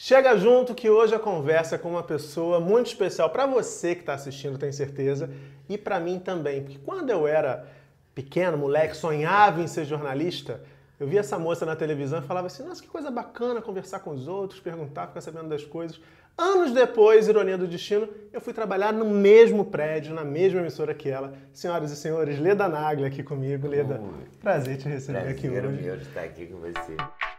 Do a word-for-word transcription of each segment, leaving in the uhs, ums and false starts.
Chega junto que hoje a conversa é com uma pessoa muito especial para você que está assistindo, tenho certeza, e para mim também, porque quando eu era pequeno, moleque, sonhava em ser jornalista, eu via essa moça na televisão e falava assim, nossa, que coisa bacana conversar com os outros, perguntar, ficar sabendo das coisas. Anos depois, ironia do destino, eu fui trabalhar no mesmo prédio, na mesma emissora que ela. Senhoras e senhores, Leda Nagli aqui comigo. Leda, Ui, prazer te receber prazer aqui hoje. meu de estar aqui com você.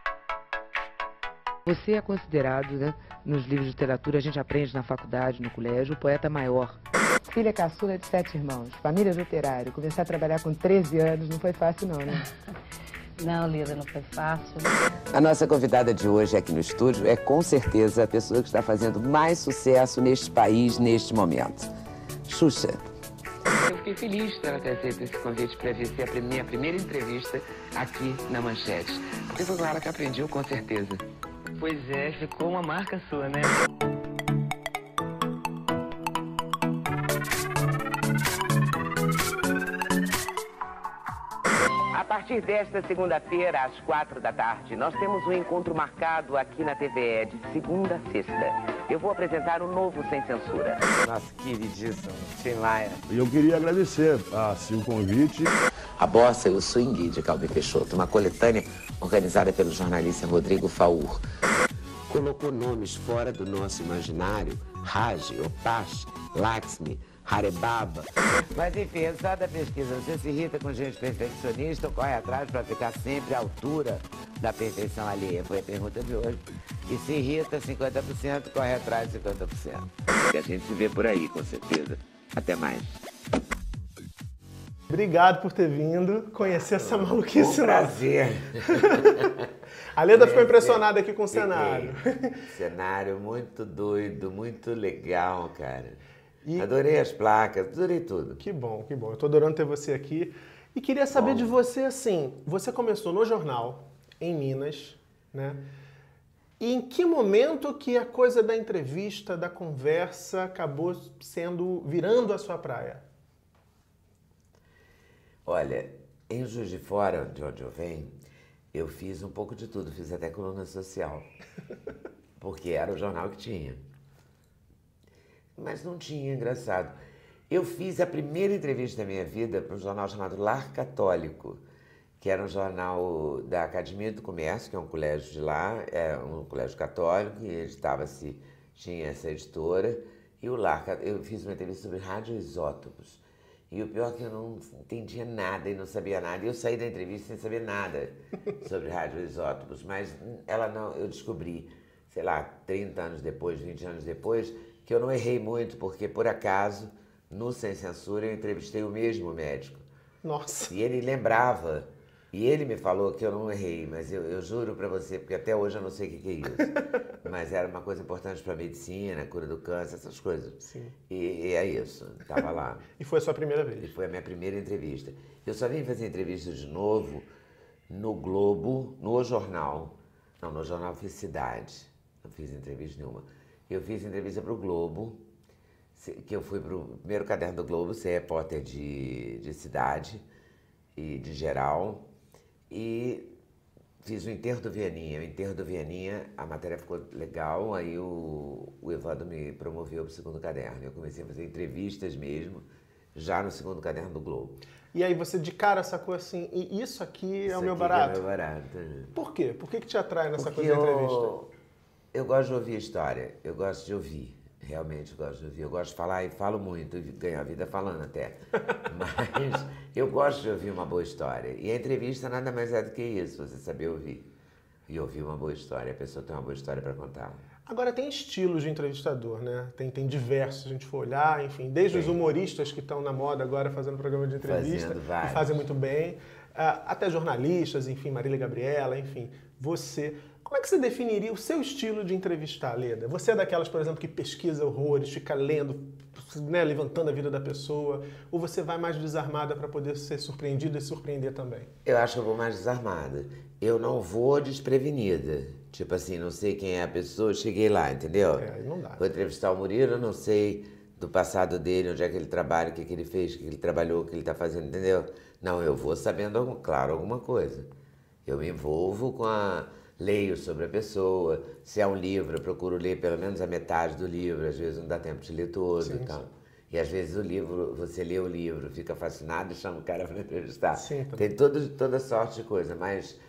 Você é considerado, né, nos livros de literatura, a gente aprende na faculdade, no colégio, o poeta maior. Filha caçula de sete irmãos, família do operário. Começar a trabalhar com treze anos não foi fácil não, né? Não, Leda, não foi fácil. A nossa convidada de hoje aqui no estúdio é com certeza a pessoa que está fazendo mais sucesso neste país, neste momento. Xuxa. Eu fiquei feliz de ela ter aceito esse convite para vir ser a minha primeira entrevista aqui na Manchete. Porque foi claro que aprendeu, com certeza. Pois é, ficou uma marca sua, né? A partir desta segunda-feira, às quatro da tarde, nós temos um encontro marcado aqui na T V E de segunda a sexta. Eu vou apresentar um novo Sem Censura. Nossa queridíssimo Tim Maia. E eu queria agradecer assim, o convite. A Bossa e o Swing de Calbi Peixoto, uma coletânea organizada pelo jornalista Rodrigo Faur. Colocou nomes fora do nosso imaginário, Raj, Opash, Lakshmi, Harebaba. Mas enfim, resultado da pesquisa, você se irrita com gente perfeccionista ou corre atrás para ficar sempre à altura da perfeição alheia? Foi a pergunta de hoje. E se irrita cinquenta por cento, corre atrás cinquenta por cento. E a gente se vê por aí, com certeza. Até mais. Obrigado por ter vindo, conhecer essa maluquice. Um prazer. A Leda ficou impressionada aqui com o cenário. Cenário muito doido, muito legal, cara. E... Adorei as placas, adorei tudo. Que bom, que bom. Eu tô adorando ter você aqui. E queria saber bom. de você, assim, você começou no jornal, em Minas, né? E em que momento que a coisa da entrevista, da conversa, acabou sendo, virando a sua praia? Olha, em Juiz de Fora, de onde eu venho, eu fiz um pouco de tudo, fiz até coluna social, porque era o jornal que tinha. Mas não tinha, engraçado. Eu fiz a primeira entrevista da minha vida para um jornal chamado Lar Católico, que era um jornal da Academia do Comércio, que é um colégio de lá, é um colégio católico, e ele estava se tinha essa editora, e o Lar, eu fiz uma entrevista sobre radioisótopos. E o pior é que eu não entendia nada e não sabia nada. E eu saí da entrevista sem saber nada sobre radioisótopos. Mas ela não, eu descobri, sei lá, trinta anos depois, vinte anos depois, que eu não errei muito, porque por acaso, no Sem Censura, eu entrevistei o mesmo médico. Nossa! E ele lembrava, e ele me falou que eu não errei, mas eu, eu juro pra você, porque até hoje eu não sei o que, que é isso. Mas era uma coisa importante pra medicina, cura do câncer, essas coisas. Sim. E, e é isso, tava lá. E foi a sua primeira vez? E foi a minha primeira entrevista. Eu só vim fazer entrevista de novo no Globo, no jornal. Não, no jornal fiz Cidade. Não fiz entrevista nenhuma. Eu fiz entrevista pro Globo, que eu fui pro primeiro caderno do Globo, ser repórter de, de cidade e de geral. E fiz o enterro do Vianinha. O enterro do Vianinha, a matéria ficou legal, aí o, o Evandro me promoveu para o segundo caderno. Eu comecei a fazer entrevistas mesmo, já no segundo caderno do Globo. E aí você de cara sacou assim, e isso aqui é isso o meu aqui barato? É o meu barato. Por quê? Por que, que te atrai nessa Porque coisa da entrevista? Eu, eu gosto de ouvir história, eu gosto de ouvir. Realmente gosto de ouvir. Eu gosto de falar e falo muito, e ganho a vida falando até. Mas eu gosto de ouvir uma boa história. E a entrevista nada mais é do que isso, você saber ouvir. E ouvir uma boa história, a pessoa tem uma boa história para contar. Agora, tem estilos de entrevistador, né? Tem, tem diversos, se a gente for olhar, enfim. Desde tem. os humoristas que estão na moda agora fazendo programa de entrevista, que fazem muito bem, até jornalistas, enfim, Marília Gabriela, enfim. Você... Como é que você definiria o seu estilo de entrevistar, Leda? Você é daquelas, por exemplo, que pesquisa horrores, fica lendo, né, levantando a vida da pessoa, ou você vai mais desarmada para poder ser surpreendida e surpreender também? Eu acho que eu vou mais desarmada. Eu não vou desprevenida. Tipo assim, não sei quem é a pessoa, cheguei lá, entendeu? É, não dá. Vou entrevistar o Murilo, não sei do passado dele, onde é que ele trabalha, o que, que ele fez, o que ele trabalhou, o que ele está fazendo, entendeu? Não, eu vou sabendo, claro, alguma coisa. Eu me envolvo com a... leio sobre a pessoa. Se é um livro, eu procuro ler pelo menos a metade do livro. Às vezes não dá tempo de ler todo sim, e tal. Sim. E às vezes o livro, você lê o livro, fica fascinado e chama o cara para entrevistar. Sim, tá. Tem todo, toda sorte de coisa, mas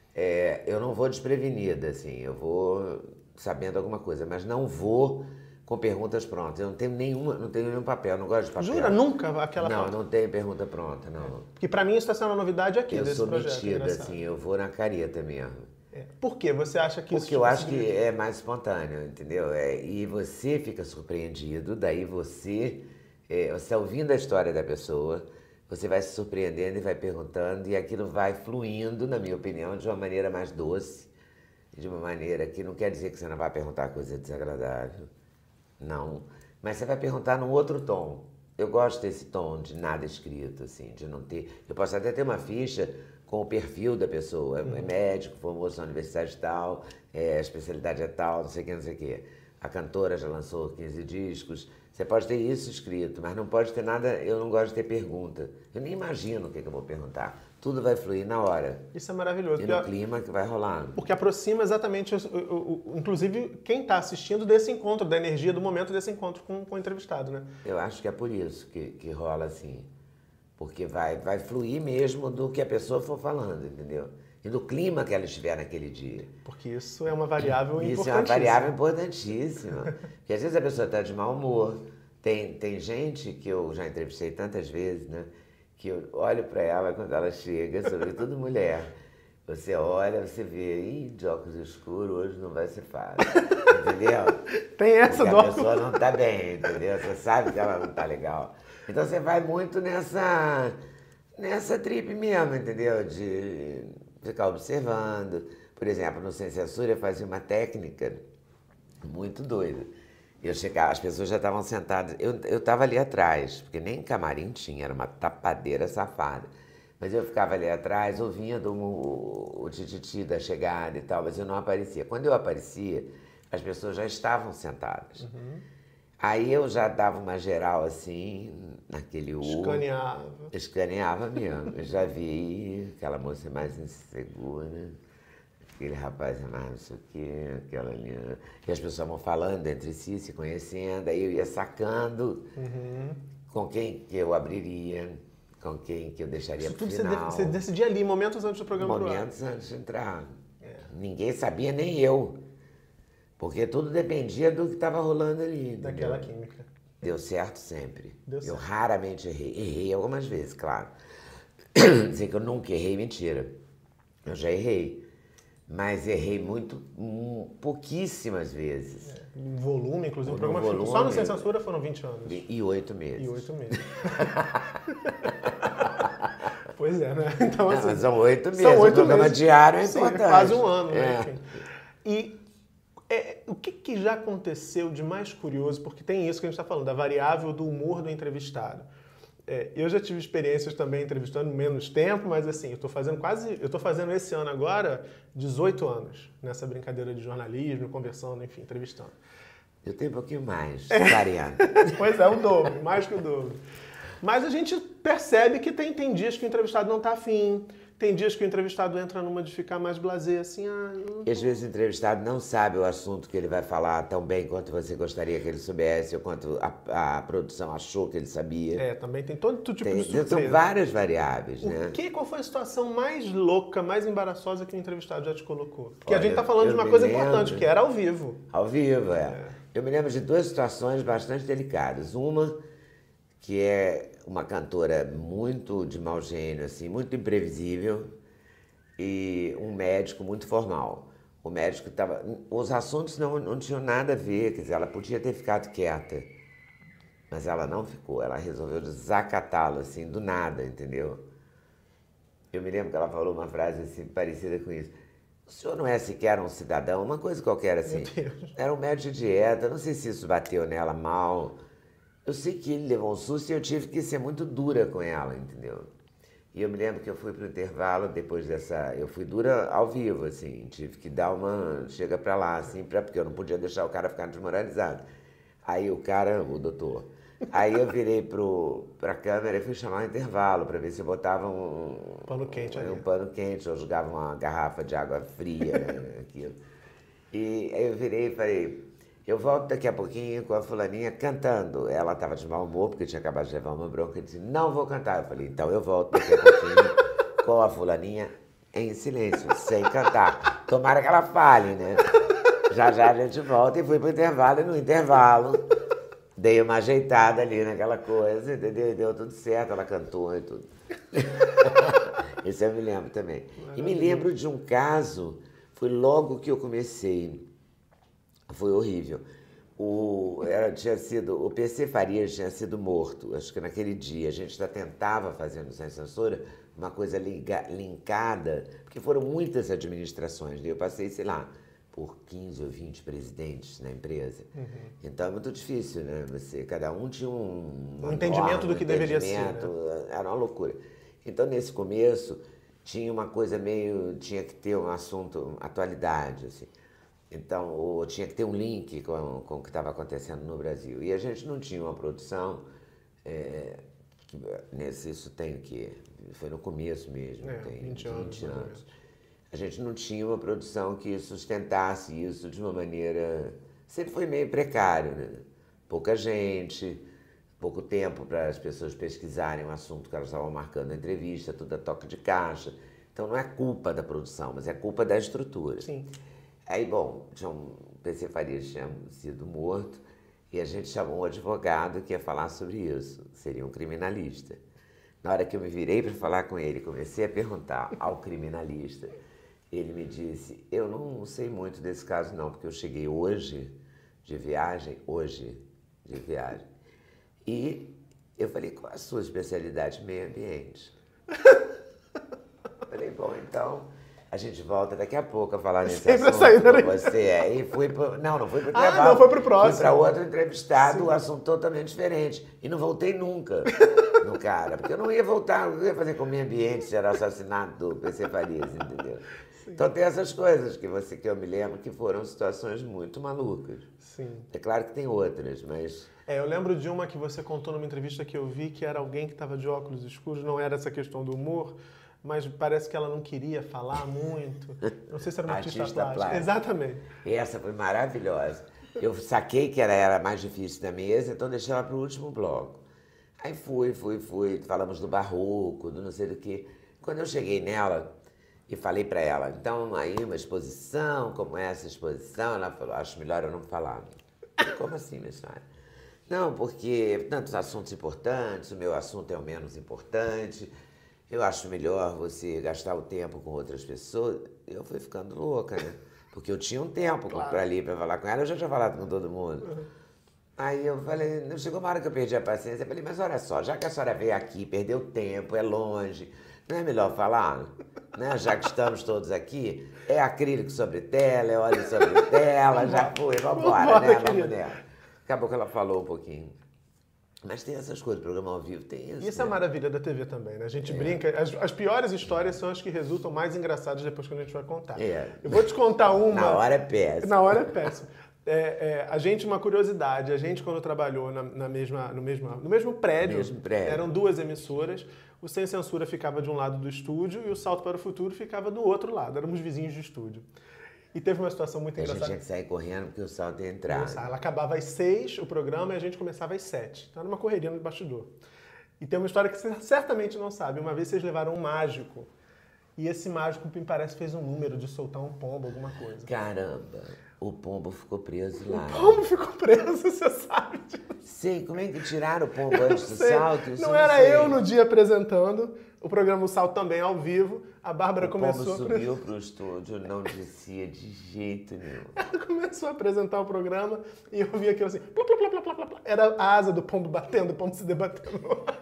é, eu não vou desprevenida, assim. Eu vou sabendo alguma coisa, mas não vou com perguntas prontas. Eu não tenho nenhuma, não tenho nenhum papel, não gosto de papel. Jura? Nunca aquela Não, foto? não tenho pergunta pronta, não. Porque para mim isso está sendo uma novidade aqui eu desse projeto. Eu sou metida, assim, eu vou na careta mesmo. É. Por que você acha que Porque isso... Porque eu acho que é mais espontâneo, entendeu? É, e você fica surpreendido, daí você, é, você está ouvindo a história da pessoa, você vai se surpreendendo e vai perguntando, e aquilo vai fluindo, na minha opinião, de uma maneira mais doce, de uma maneira que não quer dizer que você não vai perguntar coisa desagradável, não, mas você vai perguntar num outro tom. Eu gosto desse tom de nada escrito, assim, de não ter... Eu posso até ter uma ficha com o perfil da pessoa, uhum. é médico, formou-se na universidade tal, é, a especialidade é tal, não sei o que, não sei o que. A cantora já lançou quinze discos. Você pode ter isso escrito, mas não pode ter nada... Eu não gosto de ter pergunta. Eu nem imagino o que, que eu vou perguntar. Tudo vai fluir na hora. Isso é maravilhoso. E no clima que vai rolar. Porque aproxima exatamente, o, o, o, inclusive, quem está assistindo desse encontro, da energia do momento desse encontro com, com o entrevistado, né? Eu acho que é por isso que, que rola assim. Porque vai, vai fluir mesmo do que a pessoa for falando, entendeu? E do clima que ela estiver naquele dia. Porque isso é uma variável importantíssima. Isso é uma variável importantíssima. Porque às vezes a pessoa está de mau humor. Tem, tem gente que eu já entrevistei tantas vezes, né? Que eu olho para ela quando ela chega, sobretudo mulher. Você olha, você vê, ih, de óculos escuros, hoje não vai ser fácil, entendeu? Tem essa Porque do a pessoa não está bem, entendeu? Você sabe que ela não está legal. Então você vai muito nessa, nessa trip mesmo, entendeu? De ficar observando. Por exemplo, no Sem Censura eu fazia uma técnica muito doida. Eu chegava, as pessoas já estavam sentadas, eu eu estava ali atrás, porque nem camarim tinha, era uma tapadeira safada. Mas eu ficava ali atrás, ouvindo o, o tititi da chegada e tal, mas eu não aparecia. Quando eu aparecia, as pessoas já estavam sentadas. Uhum. Aí eu já dava uma geral assim, naquele U. Escaneava. Escaneava mesmo. Eu já vi aquela moça mais insegura. Aquele rapaz é mais não sei o quê, aquela ali. E as pessoas vão falando entre si, se conhecendo, aí eu ia sacando uhum. com quem que eu abriria, com quem que eu deixaria para o final. Você decidia ali, momentos antes do programa do ar. Momentos antes de entrar. É. Ninguém sabia, nem eu. Porque tudo dependia do que estava rolando ali. Daquela entendeu? Química. Deu certo sempre. Deu eu certo. raramente errei. Errei algumas vezes, claro. Dizer que eu nunca errei, mentira. Eu já errei. Mas errei muito, um, pouquíssimas vezes. É, em volume, inclusive, o programa volume, só no Sem Censura foram vinte anos. E oito meses. E oito meses. Pois é, né? Então, assim, não, são oito meses, são oito o programa meses. diário é Sim, importante. quase um ano, né? É. Enfim. E é, o que, que já aconteceu de mais curioso, porque tem isso que a gente está falando, da variável do humor do entrevistado. É, eu já tive experiências também entrevistando menos tempo, mas assim, eu estou fazendo quase, eu estou fazendo esse ano agora dezoito anos nessa brincadeira de jornalismo, conversando, enfim, entrevistando. Eu tenho um pouquinho mais, variando. Pois é, o dobro, mais que o dobro. Mas a gente percebe que tem, tem dias que o entrevistado não está afim, tem dias que o entrevistado entra numa de ficar mais blasé, assim... Ah, não... E às vezes o entrevistado não sabe o assunto que ele vai falar tão bem quanto você gostaria que ele soubesse, ou quanto a, a produção achou que ele sabia. É, também tem todo tipo tem, de surpresa. São várias variáveis, o né? Que, qual foi a situação mais louca, mais embaraçosa que o entrevistado já te colocou? Porque Olha, a gente está falando de uma coisa lembro, importante, que era ao vivo. Ao vivo, é. é. Eu me lembro de duas situações bastante delicadas. Uma, que é uma cantora muito de mau gênio, assim, muito imprevisível, e um médico muito formal. O médico estava... Os assuntos não, não tinham nada a ver, quer dizer, ela podia ter ficado quieta, mas ela não ficou, ela resolveu desacatá-lo, assim, do nada, entendeu? Eu me lembro que ela falou uma frase, assim, parecida com isso. O senhor não é sequer um cidadão, uma coisa qualquer, assim. Era um médico de dieta, não sei se isso bateu nela mal. Eu sei que ele levou um susto e eu tive que ser muito dura com ela, entendeu? E eu me lembro que eu fui pro intervalo depois dessa... Eu fui dura ao vivo, assim. Tive que dar uma... Chega pra lá, assim, pra, porque eu não podia deixar o cara ficar desmoralizado. Aí o cara, o doutor, Aí eu virei pro, pra câmera e fui chamar um intervalo para ver se eu botava um pano quente, um, um pano quente, ou jogava uma garrafa de água fria, né, aquilo. E aí eu virei e falei, eu volto daqui a pouquinho com a fulaninha cantando. Ela estava de mau humor, porque tinha acabado de levar uma bronca, e disse, não vou cantar. Eu falei, então eu volto daqui a pouquinho com a fulaninha em silêncio, sem cantar. Tomara que ela fale, né? Já já a gente volta e fui pro intervalo, e no intervalo dei uma ajeitada ali naquela coisa, entendeu? E deu tudo certo, ela cantou e tudo. Esse eu me lembro também. E me lembro de um caso, foi logo que eu comecei, foi horrível. O, era, tinha sido, o P C Farias tinha sido morto, acho que naquele dia. A gente já tentava fazer no Sem Censura uma coisa liga, linkada, porque foram muitas administrações, né? Eu passei, sei lá, por quinze ou vinte presidentes na empresa. Uhum. Então é muito difícil, né? Você, cada um tinha um... Um entendimento norma, do que um deveria ser, né? Era uma loucura. Então, nesse começo, tinha uma coisa meio... Tinha que ter um assunto, atualidade, assim. Então, ou tinha que ter um link com, com o que estava acontecendo no Brasil. E a gente não tinha uma produção... É, que, nesse, isso tem o quê? Foi no começo mesmo, é, tem vinte anos. vinte anos. A gente não tinha uma produção que sustentasse isso de uma maneira... Sempre foi meio precário, né? Pouca gente, pouco tempo para as pessoas pesquisarem o assunto que elas estavam marcando na entrevista, tudo a toque de caixa. Então não é culpa da produção, mas é culpa da estrutura. Sim. Aí, bom, o P C Farias tinha sido morto e a gente chamou um advogado que ia falar sobre isso. Seria um criminalista. Na hora que eu me virei para falar com ele, comecei a perguntar ao criminalista. Ele me disse, eu não sei muito desse caso não, porque eu cheguei hoje de viagem, hoje de viagem, e eu falei, qual a sua especialidade? Meio ambiente. Falei, bom, então, a gente volta daqui a pouco a falar nesse Sempre assunto com você. É, e fui pro, não, não fui pro ah, trabalho. não, foi pro próximo. Fui para outro entrevistado, o um assunto totalmente diferente. E não voltei nunca no cara, porque eu não ia voltar, eu ia fazer com o meio ambiente, se era assassinato do P C Farias, entendeu? Sim. Então tem essas coisas que, você, que eu me lembro que foram situações muito malucas. Sim. É claro que tem outras, mas... É, eu lembro de uma que você contou numa entrevista que eu vi, que era alguém que estava de óculos escuros, não era essa questão do humor, mas parece que ela não queria falar muito. Não sei se era uma artista, artista plástica. plástica. Exatamente. Essa foi maravilhosa. Eu saquei que ela era mais difícil da mesa, então deixei ela para o último bloco. Aí fui, fui, fui, falamos do barroco, do não sei do que. Quando eu cheguei nela e falei para ela, então aí uma exposição, como é essa exposição? Ela falou, acho melhor eu não falar. Falei, como assim, minha senhora? Não, porque tantos assuntos importantes, o meu assunto é o menos importante, eu acho melhor você gastar o tempo com outras pessoas. Eu fui ficando louca, né? Porque eu tinha um tempo claro. para ali para falar com ela, eu já tinha falado com todo mundo. Uhum. Aí eu falei, chegou uma hora que eu perdi a paciência, eu falei, mas olha só, já que a senhora veio aqui, perdeu tempo, é longe, não é melhor falar? Né? Já que estamos todos aqui, é acrílico sobre tela, é óleo sobre tela, já foi, vambora, né? Vamos nela. Acabou que ela falou um pouquinho. Mas tem essas coisas, programa ao vivo tem isso. E isso né? é a maravilha da T V também, né? A gente é. brinca, as, as piores histórias são as que resultam mais engraçadas depois que a gente vai contar. É. Eu vou te contar uma... Na hora é péssimo. Na hora é péssimo. É, é, a gente, uma curiosidade, a gente quando trabalhou na, na mesma, no, mesmo, no mesmo prédio, mesmo prédio, eram duas emissoras, o Sem Censura ficava de um lado do estúdio e o Salto para o Futuro ficava do outro lado, éramos vizinhos de estúdio. E teve uma situação muito a engraçada. A gente tinha que sair correndo porque o Salto ia entrar. Nossa, ela acabava às seis, o programa, e a gente começava às sete. Então era uma correria no bastidor. E tem uma história que você certamente não sabe. Uma vez vocês levaram um mágico, e esse mágico, me parece, fez um número de soltar um pombo, alguma coisa. Caramba, o pombo ficou preso lá. O pombo ficou preso, você sabe disso. Sei, como é que tiraram o pombo antes do salto? Não, não era sei. eu no dia apresentando, o programa O Salto também ao vivo, a Bárbara o começou... O pombo subiu pro estúdio, não descia de jeito nenhum. Ela começou a apresentar o programa e eu vi aquilo assim, plá, plá, plá, plá, plá, plá. Era a asa do pombo batendo, o pombo se debatendo.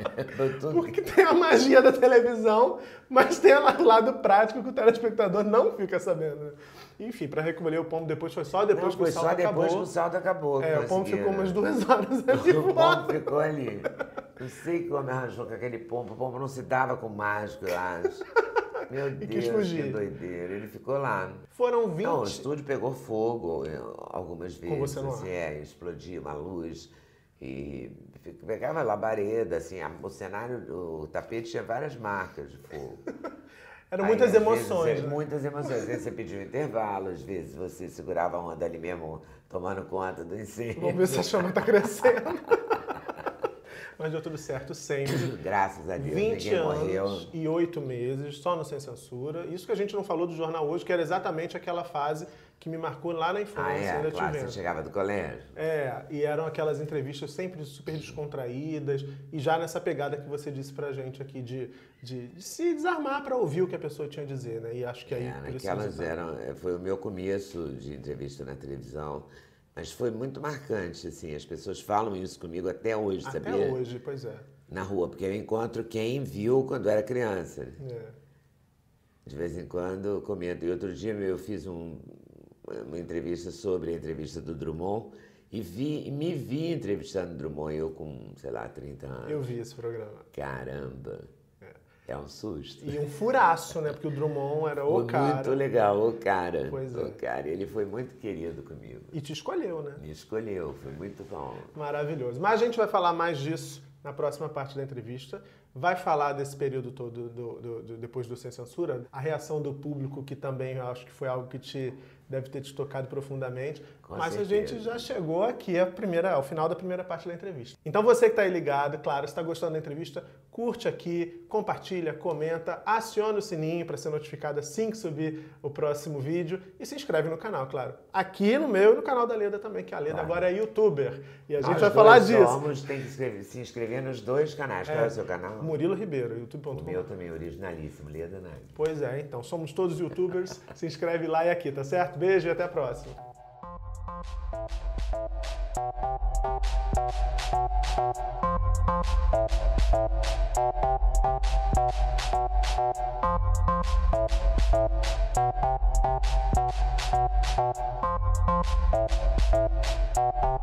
Porque tem a magia da televisão, mas tem o lado prático que o telespectador não fica sabendo, né? Enfim, para recolher o pombo depois foi só depois não, que o salto acabou. Foi só depois que o salto acabou. É, o pombo ficou umas duas horas ali. O pombo ficou ali. Não sei como arranjou com aquele pombo. O pombo não se dava com o mágico, eu acho. Meu Deus, que doideira. Ele ficou lá. Foram vinte... Não, o estúdio pegou fogo algumas vezes. Com você no ar. Assim, é, explodiu uma luz. E pegava labareda, assim, a, o cenário, o tapete tinha várias marcas de fogo. Eram muitas Aí, emoções, vezes, né? Muitas emoções. Às vezes você pedia um intervalo, às vezes você segurava a onda ali mesmo, tomando conta do incêndio. Vamos ver se a chama está crescendo. Mas deu tudo certo sempre. Graças a Deus, vinte ninguém anos morreu. E oito meses, só no Sem Censura. Isso que a gente não falou do jornal hoje, que era exatamente aquela fase que me marcou lá na infância. Ah, é? Ainda Claro, te vendo. você chegava do colégio. É, e eram aquelas entrevistas sempre super descontraídas e já nessa pegada que você disse pra gente aqui de, de, de se desarmar para ouvir o que a pessoa tinha a dizer, né? E acho que aí... É, por isso aquelas você tá- eram, foi o meu começo de entrevista na televisão, mas foi muito marcante, assim, as pessoas falam isso comigo até hoje, Até sabia? hoje, pois é. Na rua, porque eu encontro quem viu quando era criança. É. De vez em quando eu comento. E outro dia eu fiz um, uma entrevista sobre a entrevista do Drummond e vi, me vi entrevistando o Drummond, eu com, sei lá, trinta anos. Eu vi esse programa. Caramba! É um susto. E um furaço, né? Porque o Drummond era o Foi cara. muito legal, o cara. Pois o é. cara. Ele foi muito querido comigo. E te escolheu, né? Me escolheu, foi muito bom. Maravilhoso. Mas a gente vai falar mais disso na próxima parte da entrevista. Vai falar desse período todo do, do, do, depois do Sem Censura, a reação do público, que também eu acho que foi algo que te deve ter te tocado profundamente. Com Mas certeza. a gente já chegou aqui a primeira, ao final da primeira parte da entrevista. Então você que está aí ligado, claro, se está gostando da entrevista, curte aqui, compartilha, comenta, aciona o sininho para ser notificado assim que subir o próximo vídeo e se inscreve no canal, claro. Aqui no meu e no canal da Leda também, que a Leda Claro. agora é youtuber. E a gente Nós vai falar dois disso. Somos, tem que escrever- se inscrever nos dois canais. Qual é o seu canal? Murilo Ribeiro, youtube ponto O com. meu também, originalíssimo, Leda Nagli. Pois é, então, somos todos youtubers. Se inscreve lá e aqui, tá certo? Beijo e até a próxima. We'll be right back.